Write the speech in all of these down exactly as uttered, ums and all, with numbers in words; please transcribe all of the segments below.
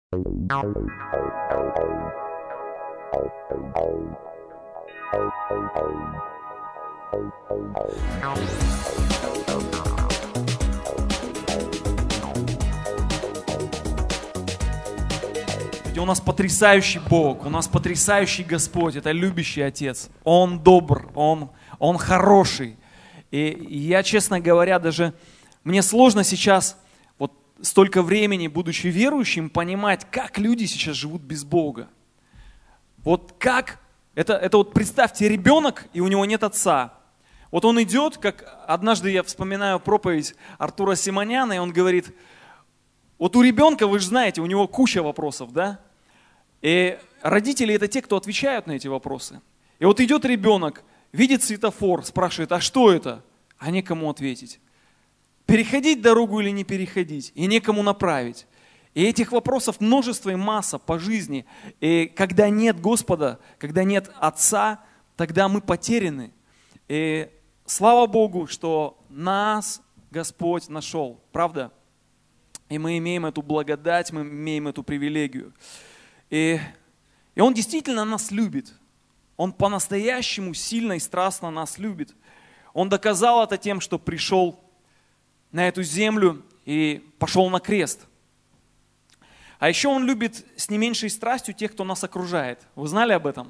У нас потрясающий Бог, у нас потрясающий Господь, это любящий Отец. Он добр, Он, Он хороший. И я, честно говоря, даже мне сложно сейчас, вот столько времени, будучи верующим, понимать, как люди сейчас живут без Бога. Вот как, это, это вот представьте, ребенок, и у него нет отца. Вот он идет, как однажды я вспоминаю проповедь Артура Симоняна, и он говорит, вот у ребенка, вы же знаете, у него куча вопросов, да? И родители это те, кто отвечают на эти вопросы. И вот идет ребенок, видит светофор, спрашивает, а что это? А некому ответить. Переходить дорогу или не переходить? И некому направить. И этих вопросов множество и масса по жизни. И когда нет Господа, когда нет Отца, тогда мы потеряны. И слава Богу, что нас Господь нашел, правда? И мы имеем эту благодать, мы имеем эту привилегию. И, и Он действительно нас любит. Он по-настоящему сильно и страстно нас любит. Он доказал это тем, что пришел на эту землю и пошел на крест. А еще Он любит с не меньшей страстью тех, кто нас окружает. Вы знали об этом?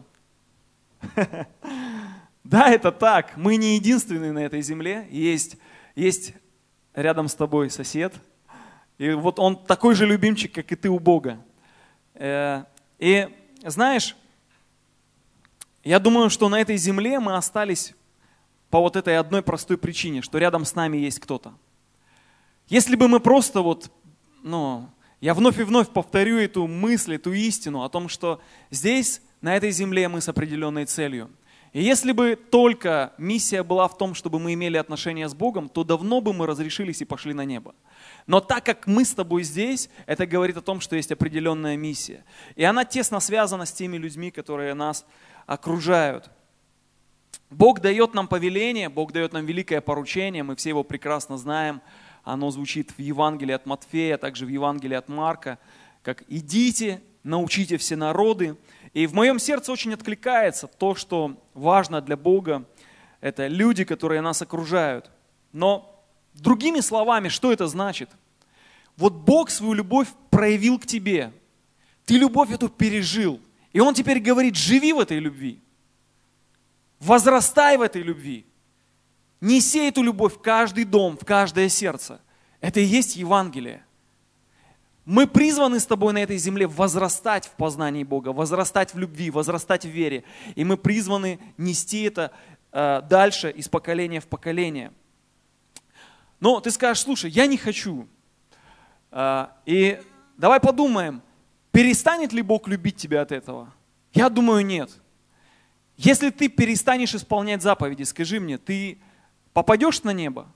Да, это так. Мы не единственные на этой земле. Есть, есть рядом с тобой сосед. И вот он такой же любимчик, как и ты у Бога. И знаешь, я думаю, что на этой земле мы остались по вот этой одной простой причине, что рядом с нами есть кто-то. Если бы мы просто вот, ну, я вновь и вновь повторю эту мысль, эту истину о том, что здесь, на этой земле мы с определенной целью. И если бы только миссия была в том, чтобы мы имели отношения с Богом, то давно бы мы разрешились и пошли на небо. Но так как мы с тобой здесь, это говорит о том, что есть определенная миссия. И она тесно связана с теми людьми, которые нас окружают. Бог дает нам повеление, Бог дает нам великое поручение, мы все его прекрасно знаем. Оно звучит в Евангелии от Матфея, а также в Евангелии от Марка, как «идите, научите все народы». И в моем сердце очень откликается то, что важно для Бога, это люди, которые нас окружают. Но другими словами, что это значит? Вот Бог свою любовь проявил к тебе, ты любовь эту пережил, и Он теперь говорит, живи в этой любви, возрастай в этой любви, неси эту любовь в каждый дом, в каждое сердце. Это и есть Евангелие. Мы призваны с тобой на этой земле возрастать в познании Бога, возрастать в любви, возрастать в вере. И мы призваны нести это э, дальше из поколения в поколение. Но ты скажешь, слушай, я не хочу. Э, и давай подумаем, перестанет ли Бог любить тебя от этого? Я думаю, нет. Если ты перестанешь исполнять заповеди, скажи мне, ты попадешь на небо?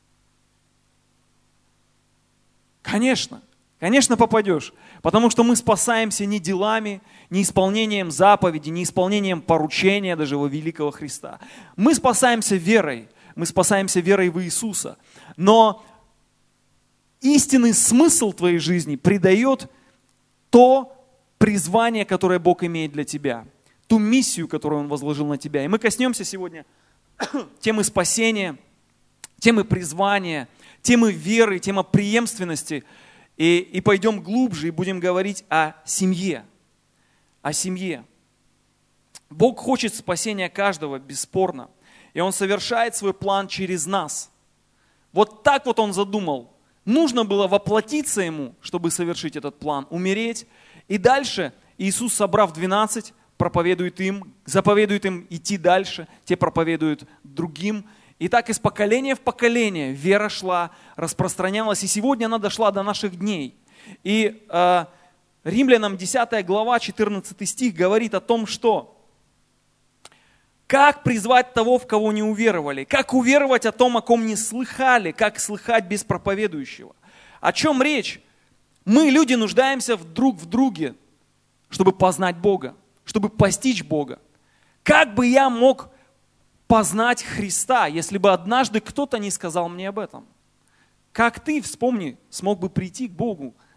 Конечно. Конечно, попадешь, потому что мы спасаемся не делами, не исполнением заповедей, не исполнением поручения даже во великого Христа. Мы спасаемся верой, мы спасаемся верой в Иисуса. Но истинный смысл твоей жизни придает то призвание, которое Бог имеет для тебя, ту миссию, которую Он возложил на тебя. И мы коснемся сегодня темы спасения, темы призвания, темы веры, темы преемственности. И, и пойдем глубже и будем говорить о семье. О семье. Бог хочет спасения каждого, бесспорно. И Он совершает свой план через нас. Вот так вот Он задумал. Нужно было воплотиться Ему, чтобы совершить этот план, умереть. И дальше Иисус, собрав двенадцать, проповедует им, заповедует им идти дальше. Те проповедуют другим. И так из поколения в поколение вера шла, распространялась, и сегодня она дошла до наших дней. И э, Римлянам десятая глава, четырнадцатый стих говорит о том, что как призвать того, в кого не уверовали, как уверовать о том, о ком не слыхали, как слыхать без проповедующего. О чем речь? Мы, люди, нуждаемся в друг в друге, чтобы познать Бога, чтобы постичь Бога. Как бы я мог познать Христа, если бы однажды кто-то не сказал мне об этом? Как ты, вспомни, смог бы прийти к Богу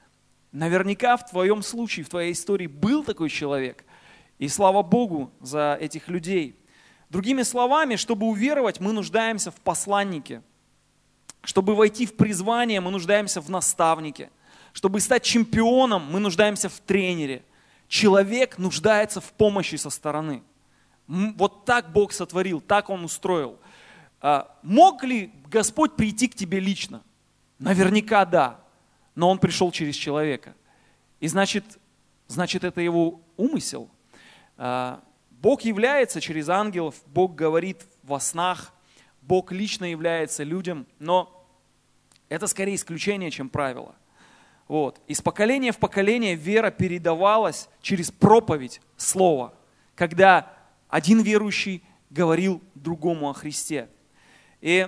Наверняка в твоем случае, в твоей истории был такой человек. И слава Богу за этих людей. Другими словами, чтобы уверовать, мы нуждаемся в посланнике. Чтобы войти в призвание, мы нуждаемся в наставнике. Чтобы стать чемпионом, мы нуждаемся в тренере. Человек нуждается в помощи со стороны. Вот так Бог сотворил, так Он устроил. Мог ли Господь прийти к тебе лично? Наверняка да, но Он пришел через человека. И значит, значит это Его умысел. Бог является через ангелов, Бог говорит во снах, Бог лично является людям, но это скорее исключение, чем правило. Вот. Из поколения в поколение вера передавалась через проповедь слова, когда один верующий говорил другому о Христе. И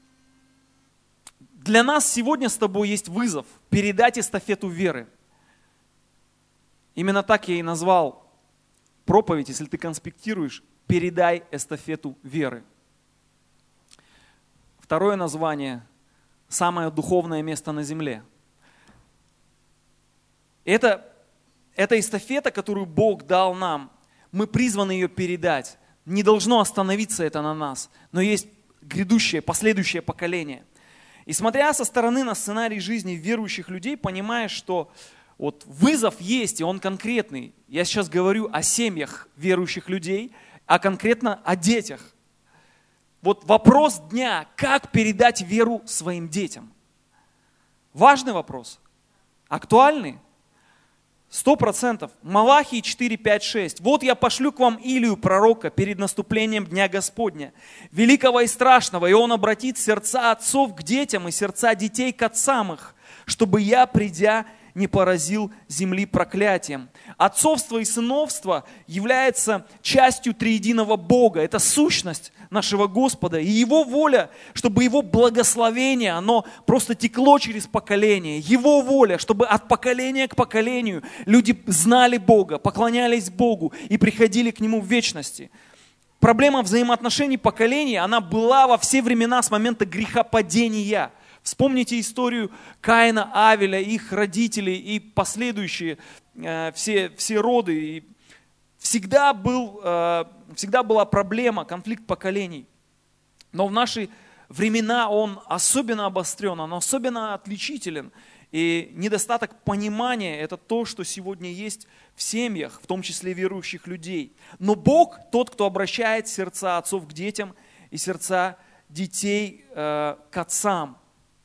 для нас сегодня с тобой есть вызов передать эстафету веры. Именно так я и назвал проповедь, если ты конспектируешь, передай эстафету веры. Второе название – самое духовное место на земле. Это, это эстафета, которую Бог дал нам. Мы призваны ее передать. Не должно остановиться это на нас, но есть грядущее, последующее поколение. И смотря со стороны на сценарий жизни верующих людей, понимаешь, что вот вызов есть, и он конкретный. Я сейчас говорю о семьях верующих людей, а конкретно о детях. Вот вопрос дня, как передать веру своим детям? Важный вопрос, актуальный. Сто процентов. Малахии четыре, пять, шесть. «Вот я пошлю к вам Илию, пророка, перед наступлением Дня Господня, великого и страшного, и он обратит сердца отцов к детям и сердца детей к отцам их, чтобы я, придя, не поразил земли проклятием». Отцовство и сыновство является частью триединого Бога. Это сущность нашего Господа. И Его воля, чтобы Его благословение, оно просто текло через поколение. Его воля, чтобы от поколения к поколению люди знали Бога, поклонялись Богу и приходили к Нему в вечности. Проблема взаимоотношений поколений, она была во все времена с момента грехопадения. Вспомните историю Каина, Авеля, их родителей и последующие э, все, все роды. И всегда, был, э, всегда была проблема, конфликт поколений. Но в наши времена он особенно обострен, он особенно отличителен. И недостаток понимания – это то, что сегодня есть в семьях, в том числе верующих людей. Но Бог тот, кто обращает сердца отцов к детям и сердца детей э, к отцам.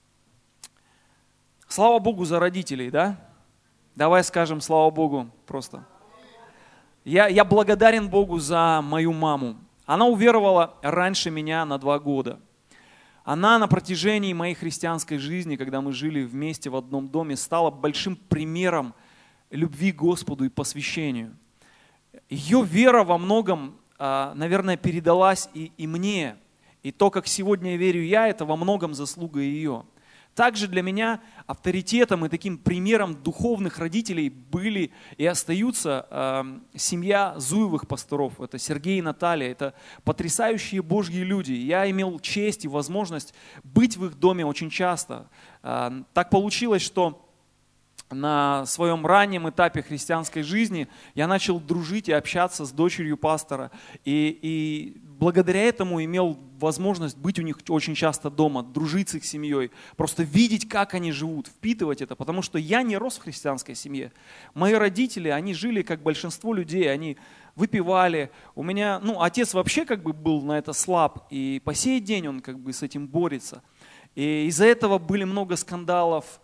Слава Богу за родителей, да? Давай скажем слава Богу просто. Я, я благодарен Богу за мою маму. Она уверовала раньше меня на два года. Она на протяжении моей христианской жизни, когда мы жили вместе в одном доме, стала большим примером любви к Господу и посвящению. Ее вера во многом, наверное, передалась и, и мне. И то, как сегодня верю я, это во многом заслуга ее. Также для меня авторитетом и таким примером духовных родителей были и остаются э, семья Зуевых пасторов. Это Сергей и Наталья, это потрясающие Божьи люди. Я имел честь и возможность быть в их доме очень часто. Э, так получилось, что на своем раннем этапе христианской жизни я начал дружить и общаться с дочерью пастора. И, и благодаря этому имел возможность быть у них очень часто дома, дружить с их семьей, просто видеть, как они живут, впитывать это. Потому что я не рос в христианской семье. Мои родители, они жили как большинство людей, они выпивали. У меня, ну, отец вообще как бы был на это слаб, и по сей день он как бы с этим борется. И из-за этого были много скандалов,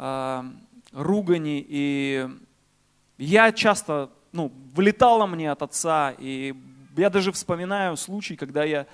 ругани, и я часто, ну, вылетало мне от отца, и я даже вспоминаю случай, когда я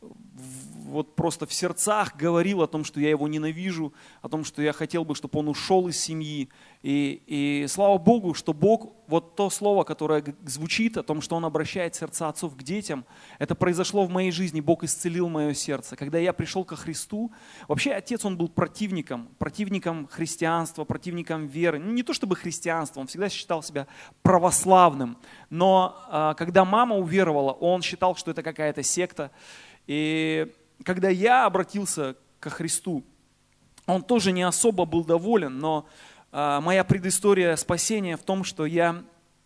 вот просто в сердцах говорил о том, что я его ненавижу, о том, что я хотел бы, чтобы он ушел из семьи. И, и слава Богу, что Бог, вот то слово, которое звучит о том, что Он обращает сердца отцов к детям, это произошло в моей жизни, Бог исцелил мое сердце. Когда я пришел ко Христу, вообще отец, он был противником, противником христианства, противником веры. Не то чтобы христианства, он всегда считал себя православным, но когда мама уверовала, он считал, что это какая-то секта. И когда я обратился ко Христу, он тоже не особо был доволен, но моя предыстория спасения в том, что я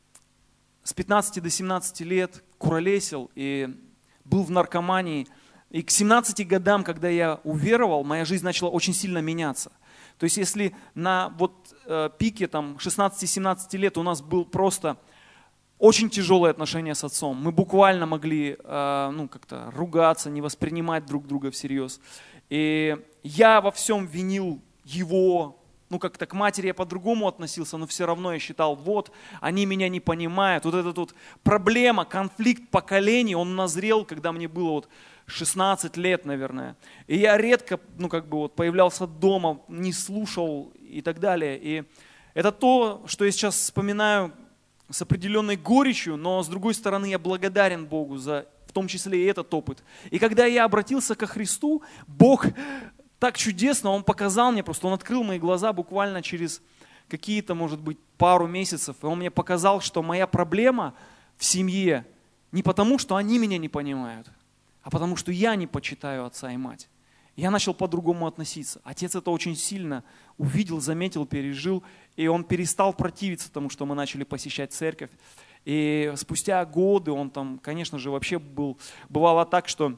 с пятнадцати до семнадцати лет куролесил и был в наркомании. И к семнадцати годам, когда я уверовал, моя жизнь начала очень сильно меняться. То есть если на вот, э, пике там, шестнадцати-семнадцати лет у нас был просто очень тяжелые отношения с отцом, мы буквально могли э, ну, как-то ругаться, не воспринимать друг друга всерьез. И я во всем винил его. Ну, как-то к матери я по-другому относился, но все равно я считал, вот, они меня не понимают. Вот эта вот проблема, конфликт поколений, он назрел, когда мне было вот шестнадцать лет, наверное. И я редко, ну, как бы вот появлялся дома, не слушал и так далее. И это то, что я сейчас вспоминаю с определенной горечью, но с другой стороны я благодарен Богу за, в том числе и этот опыт. И когда я обратился ко Христу, Бог так чудесно, Он показал мне, просто Он открыл мои глаза буквально через какие-то, может быть, пару месяцев. И Он мне показал, что моя проблема в семье не потому, что они меня не понимают, а потому что я не почитаю отца и мать. Я начал по-другому относиться. Отец это очень сильно увидел, заметил, пережил, и он перестал противиться тому, что мы начали посещать церковь. И спустя годы он там, конечно же, вообще был, бывало так, что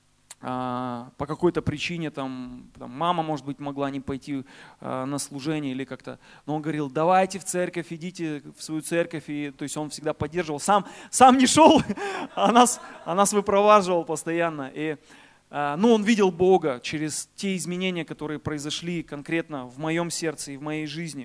а, по какой-то причине там, там мама, может быть, могла не пойти а, на служение или как-то, но он говорил, давайте в церковь, идите в свою церковь, и то есть он всегда поддерживал, сам, сам не шел, а нас, а нас выпроваживал постоянно. И, а, ну, он видел Бога через те изменения, которые произошли конкретно в моем сердце и в моей жизни.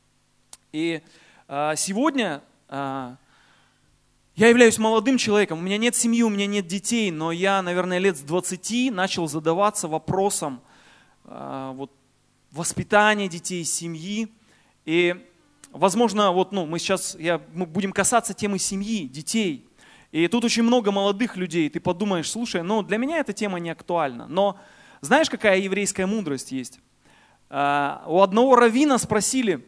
И а, сегодня а, я являюсь молодым человеком, у меня нет семьи, у меня нет детей, но я, наверное, лет с двадцати начал задаваться вопросом э, вот, воспитания детей, семьи. И, возможно, вот, ну, мы сейчас я, мы будем касаться темы семьи, детей. И тут очень много молодых людей, ты подумаешь, слушай, ну, для меня эта тема не актуальна. Но знаешь, какая еврейская мудрость есть? Э, у одного раввина спросили,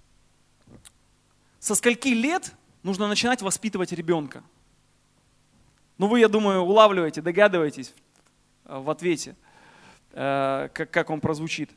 со скольки лет нужно начинать воспитывать ребенка. Ну вы, я думаю, улавливаете, догадываетесь в ответе, как, как он прозвучит.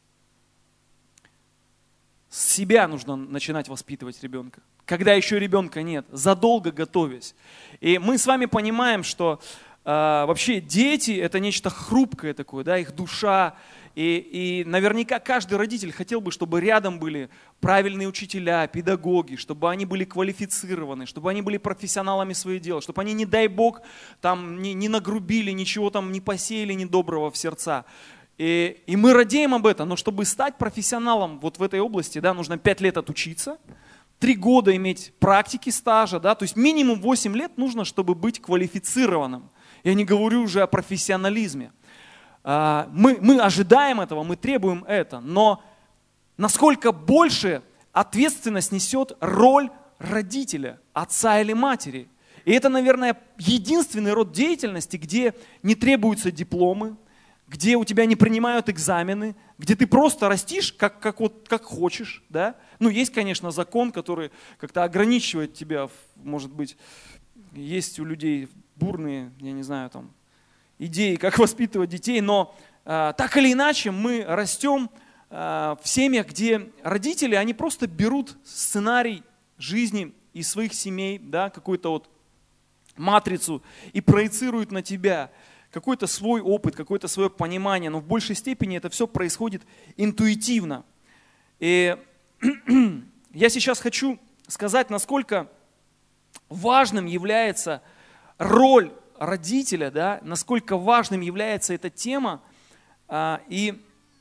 С себя нужно начинать воспитывать ребенка, когда еще ребенка нет, задолго готовясь. И мы с вами понимаем, что э, вообще дети это нечто хрупкое такое, да, их душа. И, и наверняка каждый родитель хотел бы, чтобы рядом были правильные учителя, педагоги, чтобы они были квалифицированы, чтобы они были профессионалами своего дела, чтобы они, не дай Бог, там не, не нагрубили, ничего там не посеяли недоброго в сердца. И, и мы радеем об этом, но чтобы стать профессионалом вот в этой области, да, нужно пять лет отучиться, три года иметь практики, стажа, да, то есть минимум восемь лет нужно, чтобы быть квалифицированным. Я не говорю уже о профессионализме. Мы, мы ожидаем этого, мы требуем это, но насколько больше ответственность несет роль родителя, отца или матери. И это, наверное, единственный род деятельности, где не требуются дипломы, где у тебя не принимают экзамены, где ты просто растишь, как, как, вот, как хочешь. Да? Ну, есть, конечно, закон, который как-то ограничивает тебя, может быть, есть у людей бурные, я не знаю, там, идеи, как воспитывать детей, но э, так или иначе мы растем э, в семьях, где родители, они просто берут сценарий жизни из своих семей, да, какую-то вот матрицу и проецируют на тебя какой-то свой опыт, какое-то свое понимание, но в большей степени это все происходит интуитивно. И я сейчас хочу сказать, насколько важным является роль родителя, да, насколько важным является эта тема. А, и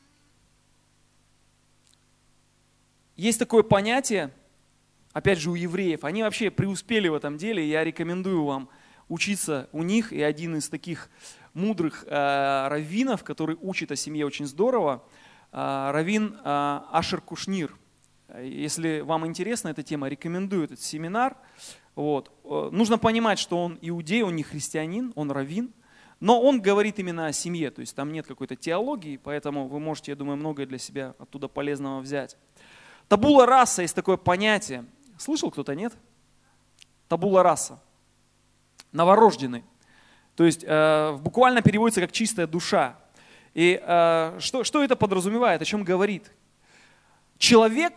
есть такое понятие, опять же, у евреев, они вообще преуспели в этом деле, и я рекомендую вам учиться у них. И один из таких мудрых а, раввинов, который учит о семье очень здорово, а, раввин а, Ашер Кушнир. Если вам интересна эта тема, рекомендую этот семинар. Вот. Нужно понимать, что он иудей, он не христианин, он раввин, но он говорит именно о семье, то есть там нет какой-то теологии, поэтому вы можете, я думаю, многое для себя оттуда полезного взять. Табула раса, есть такое понятие. Слышал кто-то, нет? Табула раса. Новорожденный. То есть э, буквально переводится как чистая душа. И э, что, что это подразумевает, о чем говорит? Человек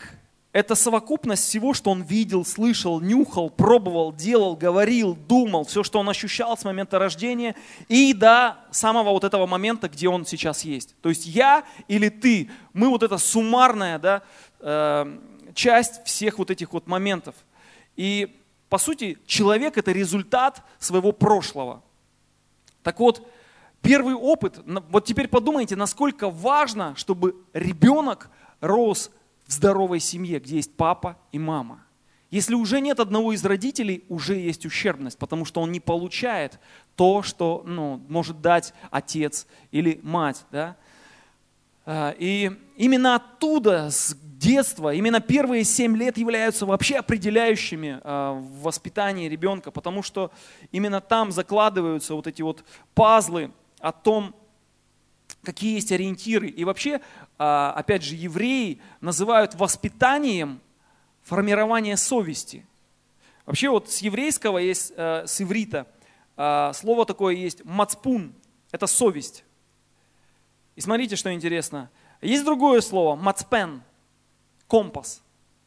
это совокупность всего, что он видел, слышал, нюхал, пробовал, делал, говорил, думал, все, что он ощущал с момента рождения и до самого вот этого момента, где он сейчас есть. То есть я или ты, мы вот эта суммарная, да, э, часть всех вот этих вот моментов. И по сути человек — это результат своего прошлого. Так вот, первый опыт, вот теперь подумайте, насколько важно, чтобы ребенок рос в здоровой семье, где есть папа и мама. Если уже нет одного из родителей, уже есть ущербность, потому что он не получает то, что ну, может дать отец или мать. Да? И именно оттуда, с детства, именно первые семь лет являются вообще определяющими в воспитании ребенка, потому что именно там закладываются вот эти вот пазлы о том, какие есть ориентиры. И вообще, опять же, евреи называют воспитанием формирование совести. Вообще вот с еврейского есть, с иврита, слово такое есть мацпун, это совесть. И смотрите, что интересно. Есть другое слово, мацпен, компас.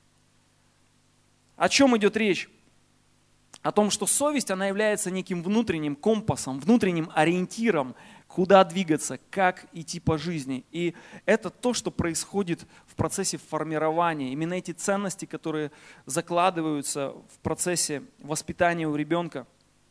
О чем идет речь? О том, что совесть, она является неким внутренним компасом, внутренним ориентиром, куда двигаться, как идти по жизни. И это то, что происходит в процессе формирования. Именно эти ценности, которые закладываются в процессе воспитания у ребенка.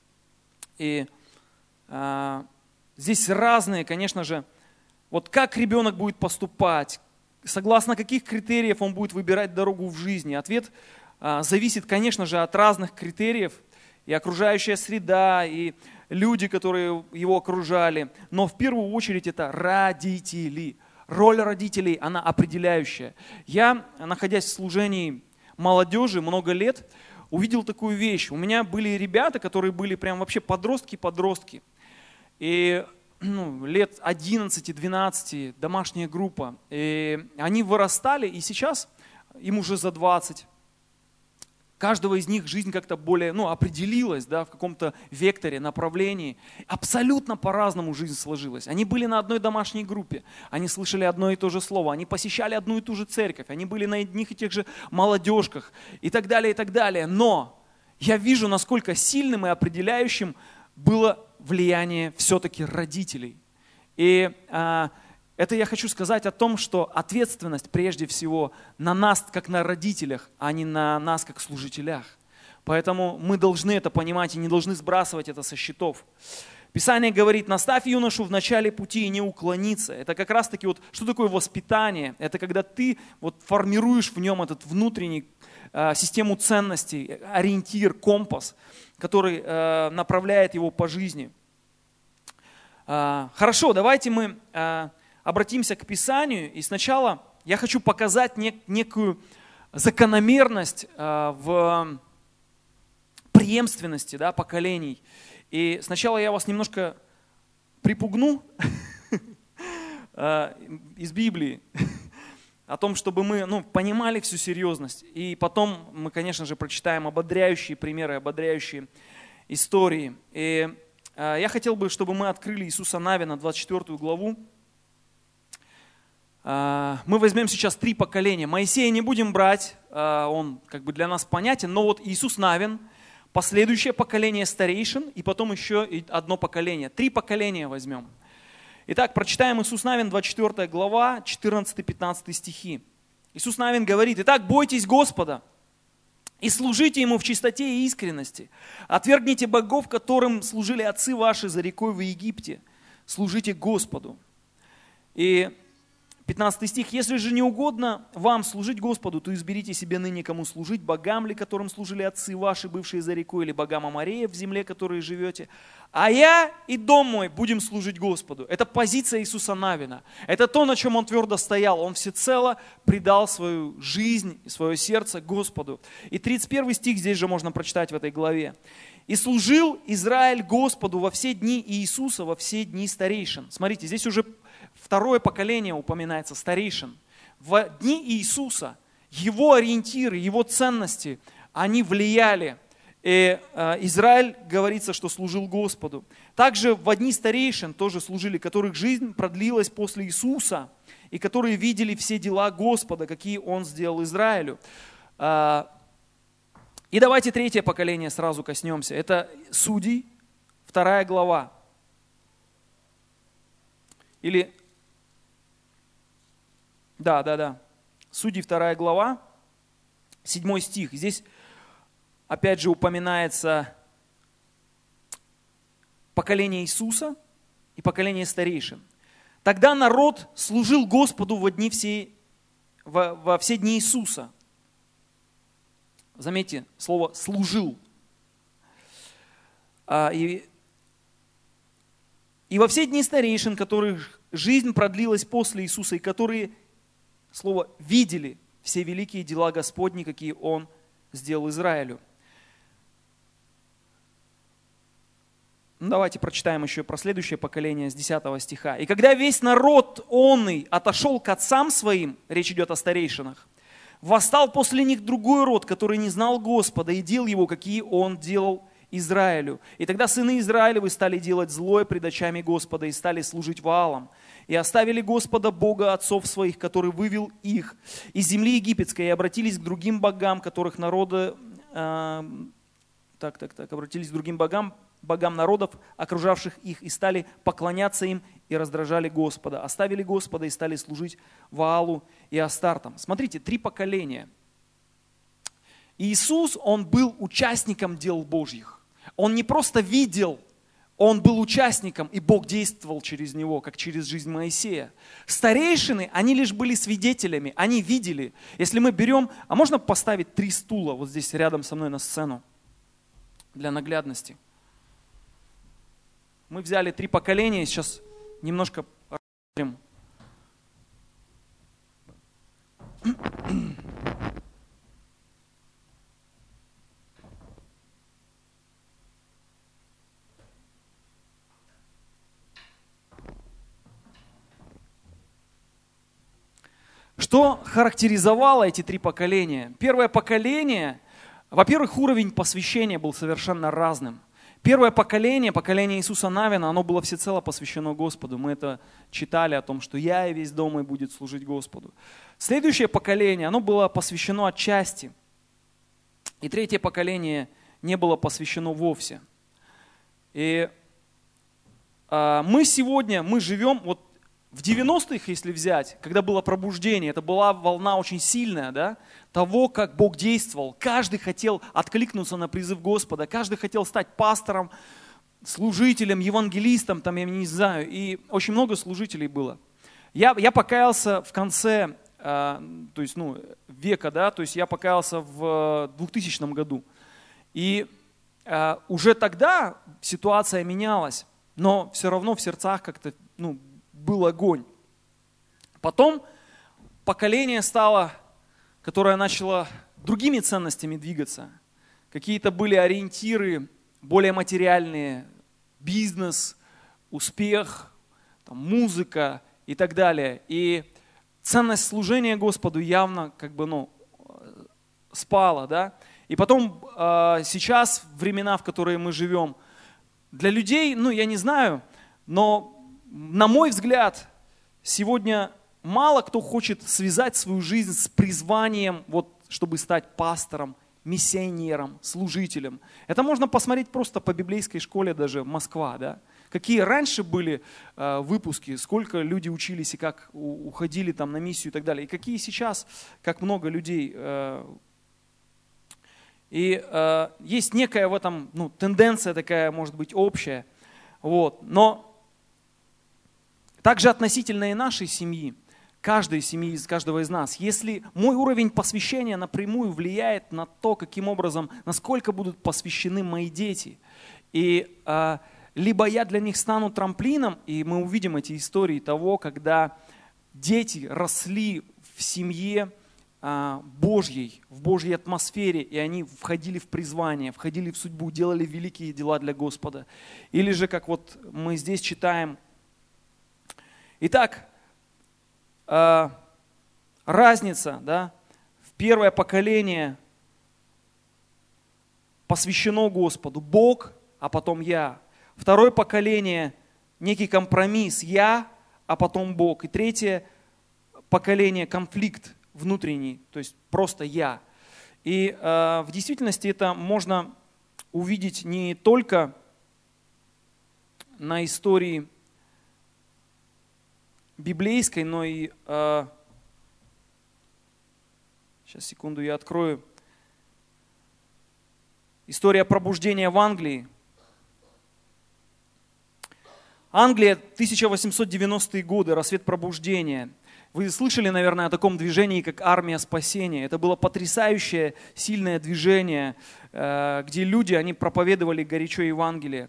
И а, здесь разные, конечно же, вот как ребенок будет поступать, согласно каких критериев он будет выбирать дорогу в жизни. Ответ а, зависит, конечно же, от разных критериев. И окружающая среда, и люди, которые его окружали. Но в первую очередь это родители. Роль родителей, она определяющая. Я, находясь в служении молодежи много лет, увидел такую вещь. У меня были ребята, которые были прям вообще подростки-подростки. И ну, лет одиннадцать-двенадцать, домашняя группа. И они вырастали, и сейчас им уже за двадцать. Каждого из них жизнь как-то более, ну, определилась, да, в каком-то векторе, направлении. Абсолютно по-разному жизнь сложилась. Они были на одной домашней группе, они слышали одно и то же слово, они посещали одну и ту же церковь, они были на одних и тех же молодежках и так далее, и так далее. Но я вижу, насколько сильным и определяющим было влияние все-таки родителей. И а, это я хочу сказать о том, что ответственность прежде всего на нас, как на родителях, а не на нас, как служителях. Поэтому мы должны это понимать и не должны сбрасывать это со счетов. Писание говорит: наставь юношу в начале пути и не уклониться. Это как раз таки вот, что такое воспитание? Это когда ты вот формируешь в нем этот внутренний э, систему ценностей, ориентир, компас, который э, направляет его по жизни. Э, хорошо, давайте мы... Э, обратимся к Писанию, и сначала я хочу показать нек- некую закономерность э, в преемственности, да, поколений. И сначала я вас немножко припугну из Библии о том, чтобы мы ну, понимали всю серьезность. И потом мы, конечно же, прочитаем ободряющие примеры, ободряющие истории. И э, я хотел бы, чтобы мы открыли Иисуса Навина, двадцать четвёртую главу. Мы возьмем сейчас три поколения. Моисея не будем брать, он как бы для нас понятен, но вот Иисус Навин, последующее поколение старейшин и потом еще одно поколение. Три поколения возьмем. Итак, прочитаем Иисус Навин, двадцать четвёртая глава, четырнадцатый-пятнадцатый стихи. Иисус Навин говорит: «Итак, бойтесь Господа и служите Ему в чистоте и искренности. Отвергните богов, которым служили отцы ваши за рекой в Египте. Служите Господу». И пятнадцатый стих. «Если же не угодно вам служить Господу, то изберите себе ныне, кому служить, богам ли, которым служили отцы ваши, бывшие за рекой, или богам Амореев в земле, которые живете. А я и дом мой будем служить Господу». Это позиция Иисуса Навина. Это то, на чем он твердо стоял. Он всецело предал свою жизнь и свое сердце Господу. И тридцать первый стих здесь же можно прочитать в этой главе. «И служил Израиль Господу во все дни Иисуса, во все дни старейшин». Смотрите, здесь уже второе поколение упоминается, старейшин. В дни Иисуса его ориентиры, его ценности, они влияли. И э, Израиль, говорится, что служил Господу. Также в дни старейшин тоже служили, которых жизнь продлилась после Иисуса. и которые видели все дела Господа, какие Он сделал Израилю. И давайте третье поколение сразу коснемся. Это Судей, вторая глава. Или, да, да, да, Судей, вторая глава, седьмой стих. Здесь опять же упоминается поколение Иисуса и поколение старейшин. Тогда народ служил Господу во, дни все, во, во все дни Иисуса. Заметьте, слово «служил». И, и во все дни старейшин, которых жизнь продлилась после Иисуса, и которые, слово, видели все великие дела Господни, какие Он сделал Израилю. Ну, давайте прочитаем еще про следующее поколение с десятого стиха. «И когда весь народ онный отошел к отцам своим», речь идет о старейшинах, «восстал после них другой род, который не знал Господа, и дел его, какие Он делал Израилю. И тогда сыны Израилевы стали делать злое пред очами Господа и стали служить Ваалам. И оставили Господа, Бога отцов своих, который вывел их из земли египетской, и обратились к другим богам, которых народы... Э, так, так, так, обратились к другим богам, богам народов, окружавших их, и стали поклоняться им и раздражали Господа. Оставили Господа и стали служить Ваалу и Астартам». Смотрите, три поколения. Иисус, Он был участником дел Божьих. Он не просто видел, Он был участником, и Бог действовал через Него, как через жизнь Моисея. Старейшины, они лишь были свидетелями, они видели. Если мы берем, а можно поставить три стула вот здесь рядом со мной на сцену для наглядности? Мы взяли три поколения, сейчас немножко рассмотрим. Что характеризовало эти три поколения? Первое поколение, во-первых, уровень посвящения был совершенно разным. Первое поколение, поколение Иисуса Навина, оно было всецело посвящено Господу. Мы это читали о том, что «я и весь дом мой будет служить Господу». Следующее поколение, оно было посвящено отчасти. И третье поколение не было посвящено вовсе. И а, мы сегодня, мы живем, вот в девяностых, если взять, когда было пробуждение, это была волна очень сильная, да, того, как Бог действовал. Каждый хотел откликнуться на призыв Господа, каждый хотел стать пастором, служителем, евангелистом, там, я не знаю, и очень много служителей было. Я, я покаялся в конце, э, то есть, ну, века, да, то есть я покаялся в двухтысячном году. И э, уже тогда ситуация менялась, но все равно в сердцах как-то, ну, был огонь. Потом поколение стало, которое начало другими ценностями двигаться. Какие-то были ориентиры более материальные, бизнес, успех, там, музыка и так далее. И ценность служения Господу явно как бы, ну, спала. Да? И потом э, сейчас, времена, в которые мы живем, для людей, ну я не знаю, но на мой взгляд, сегодня мало кто хочет связать свою жизнь с призванием, вот, чтобы стать пастором, миссионером, служителем. Это можно посмотреть просто по библейской школе даже Москва. Да? Какие раньше были э, выпуски, сколько люди учились и как у, уходили там на миссию и так далее. И какие сейчас, как много людей. Э, и э, есть некая в этом, ну, тенденция такая, может быть, общая. Вот. Но также относительно и нашей семьи, каждой семьи, из каждого из нас, если мой уровень посвящения напрямую влияет на то, каким образом, насколько будут посвящены мои дети, и а, либо я для них стану трамплином, и мы увидим эти истории того, когда дети росли в семье а, Божьей, в Божьей атмосфере, и они входили в призвание, входили в судьбу, делали великие дела для Господа. Или же, как вот мы здесь читаем. Итак, э, разница, да, в первое поколение посвящено Господу, Бог, а потом я. Второе поколение, некий компромисс, я, а потом Бог. И третье, поколение конфликт внутренний, то есть просто я. И э, в действительности это можно увидеть не только на истории библейской, но и... Э, сейчас, секунду, я открою. История пробуждения в Англии. Англия, тысяча восемьсот девяностые годы, рассвет пробуждения. Вы слышали, наверное, о таком движении, как армия спасения. Это было потрясающее, сильное движение, где люди, они проповедовали горячо Евангелие.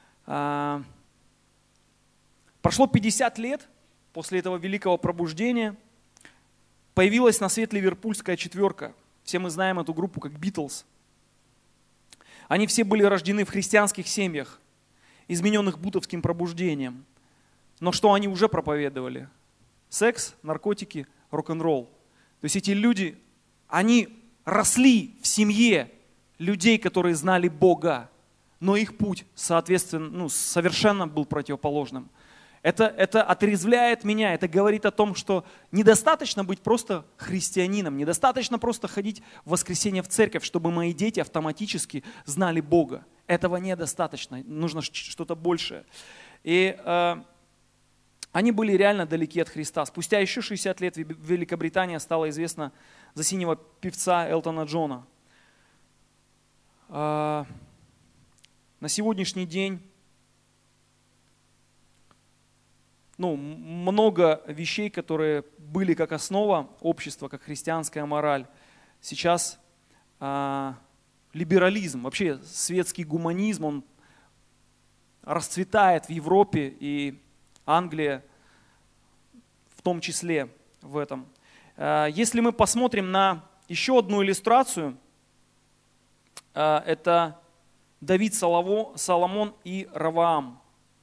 Прошло пятьдесят лет после этого великого пробуждения. Появилась на свет ливерпульская четверка. Все мы знаем эту группу как Битлз. Они все были рождены в христианских семьях, измененных бутовским пробуждением. Но что они уже проповедовали? Секс, наркотики, рок-н-ролл. То есть эти люди, они росли в семье людей, которые знали Бога, но их путь, соответственно, ну, совершенно был противоположным. Это, это отрезвляет меня, это говорит о том, что недостаточно быть просто христианином, недостаточно просто ходить в воскресенье в церковь, чтобы мои дети автоматически знали Бога. Этого недостаточно, нужно что-то большее. И э, они были реально далеки от Христа. Спустя еще шестьдесят лет Великобритания стала известна за синего певца Элтона Джона. Э, на сегодняшний день ну, много вещей, которые были как основа общества, как христианская мораль, сейчас э, либерализм, вообще светский гуманизм, он расцветает в Европе, и Англия в том числе в этом. Э, если мы посмотрим на еще одну иллюстрацию, э, это Давид, Солово, Соломон и Раваам.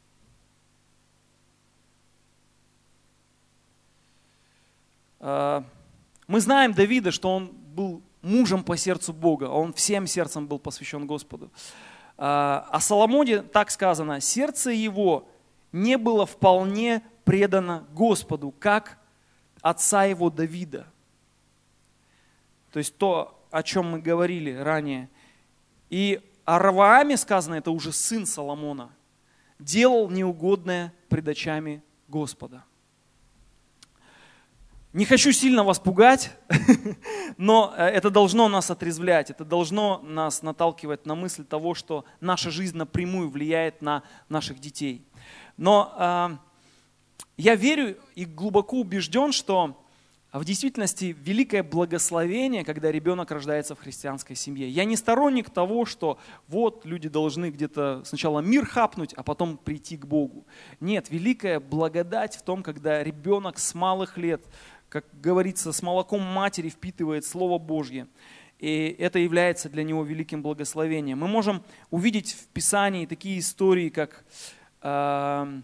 Мы знаем Давида, что он был мужем по сердцу Бога, он всем сердцем был посвящен Господу. О Соломоне так сказано: сердце его не было вполне предано Господу, как отца его Давида. То есть то, о чем мы говорили ранее. И о Равааме сказано, это уже сын Соломона, делал неугодное пред очами Господа. Не хочу сильно вас пугать, но это должно нас отрезвлять, это должно нас наталкивать на мысль того, что наша жизнь напрямую влияет на наших детей. Но э, я верю и глубоко убежден, что в действительности великое благословение, когда ребенок рождается в христианской семье. Я не сторонник того, что вот люди должны где-то сначала мир хапнуть, а потом прийти к Богу. Нет, великая благодать в том, когда ребенок с малых лет, как говорится, с молоком матери впитывает Слово Божье. И это является для него великим благословением. Мы можем увидеть в Писании такие истории, как э,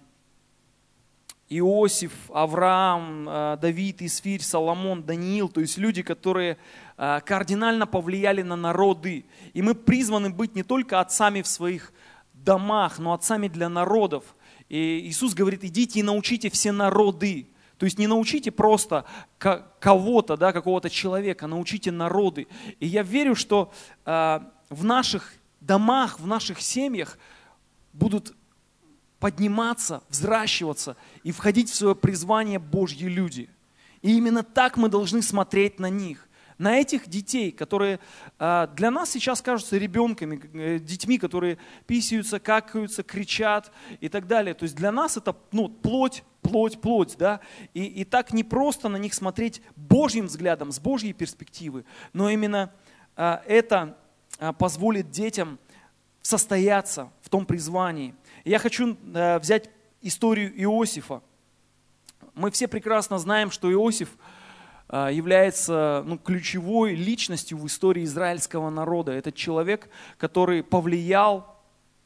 Иосиф, Авраам, э, Давид, Исфирь, Соломон, Даниил. То есть люди, которые э, кардинально повлияли на народы. И мы призваны быть не только отцами в своих домах, но отцами для народов. И Иисус говорит: идите и научите все народы. То есть не научите просто кого-то, да, какого-то человека, научите народы. И я верю, что э, в наших домах, в наших семьях будут подниматься, взращиваться и входить в свое призвание Божьи люди. И именно так мы должны смотреть на них. На этих детей, которые э, для нас сейчас кажутся ребенками, э, детьми, которые писаются, какаются, кричат и так далее. То есть для нас это ну, плоть, плоть, плоть. Да? И, и так не просто на них смотреть Божьим взглядом, с Божьей перспективы, но именно э, это э, позволит детям состояться в том призвании. И я хочу э, взять историю Иосифа. Мы все прекрасно знаем, что Иосиф является ну, ключевой личностью в истории израильского народа. Это человек, который повлиял,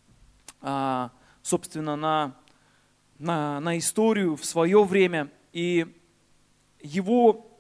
собственно, на, на, на историю в свое время. И его,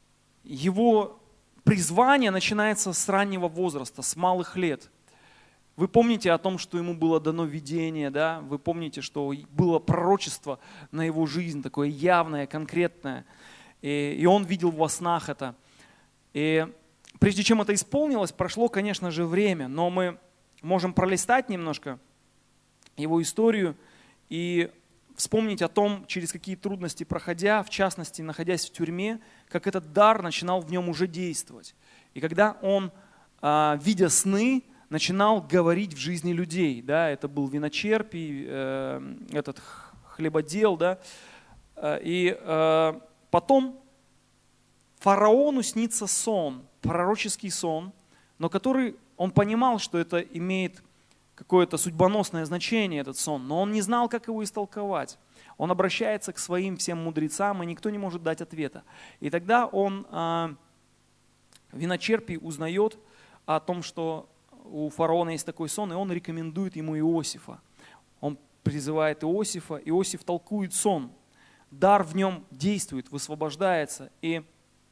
его призвание начинается с раннего возраста, с малых лет. Вы помните о том, что ему было дано видение, да? Вы помните, что было пророчество на его жизнь, такое явное, конкретное. И, и он видел во снах это. И прежде чем это исполнилось, прошло, конечно же, время. Но мы можем пролистать немножко его историю и вспомнить о том, через какие трудности проходя, в частности, находясь в тюрьме, как этот дар начинал в нем уже действовать. И когда он, видя сны, начинал говорить в жизни людей. Да, это был виночерпий, э, этот хлебодел. Да, и э, потом фараону снится сон, пророческий сон, но который он понимал, что это имеет какое-то судьбоносное значение, этот сон, но он не знал, как его истолковать. Он обращается к своим всем мудрецам, и никто не может дать ответа. И тогда он, э, виночерпий, узнает о том, что у фараона есть такой сон, и он рекомендует ему Иосифа. Он призывает Иосифа, Иосиф толкует сон. Дар в нем действует, высвобождается. И,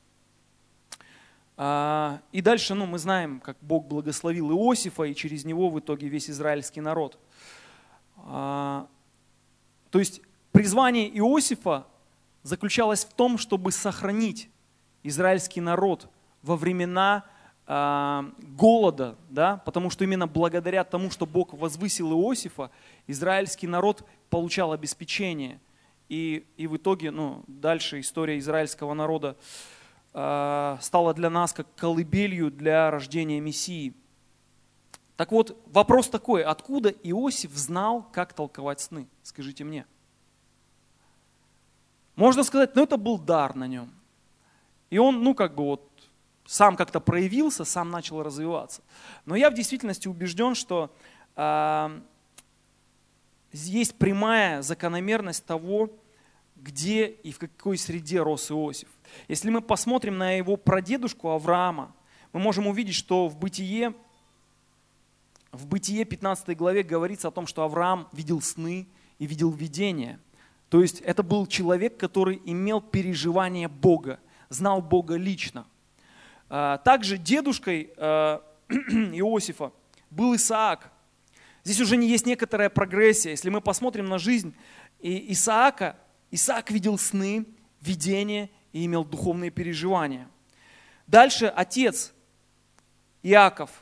а, и дальше ну, мы знаем, как Бог благословил Иосифа, и через него в итоге весь израильский народ. А, то есть призвание Иосифа заключалось в том, чтобы сохранить израильский народ во времена голода, да, потому что именно благодаря тому, что Бог возвысил Иосифа, израильский народ получал обеспечение. И, и в итоге, ну, дальше история израильского народа э, стала для нас как колыбелью для рождения Мессии. Так вот, вопрос такой, откуда Иосиф знал, как толковать сны? Скажите мне. Можно сказать, ну это был дар на нем. И он, ну как бы вот, сам как-то проявился, сам начал развиваться. Но я в действительности убежден, что э, есть прямая закономерность того, где и в какой среде рос Иосиф. Если мы посмотрим на его прадедушку Авраама, мы можем увидеть, что в Бытие, в Бытие пятнадцатой главе говорится о том, что Авраам видел сны и видел видения. То есть это был человек, который имел переживание Бога, знал Бога лично. Также дедушкой Иосифа был Исаак. Здесь уже не есть некоторая прогрессия. Если мы посмотрим на жизнь Исаака, Исаак видел сны, видения и имел духовные переживания. Дальше отец Иаков.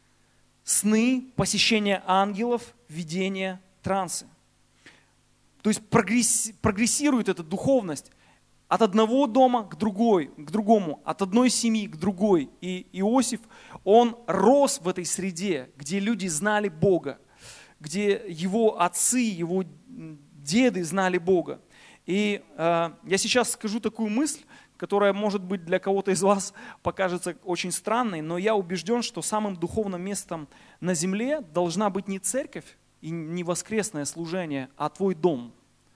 Сны, посещение ангелов, видения, трансы. То есть прогрессирует эта духовность. От одного дома к другой, к другому, от одной семьи к другой. И Иосиф, он рос в этой среде, где люди знали Бога, где его отцы, его деды знали Бога. И э, я сейчас скажу такую мысль, которая, может быть, для кого-то из вас покажется очень странной, но я убежден, что самым духовным местом на земле должна быть не церковь и не воскресное служение, а твой дом.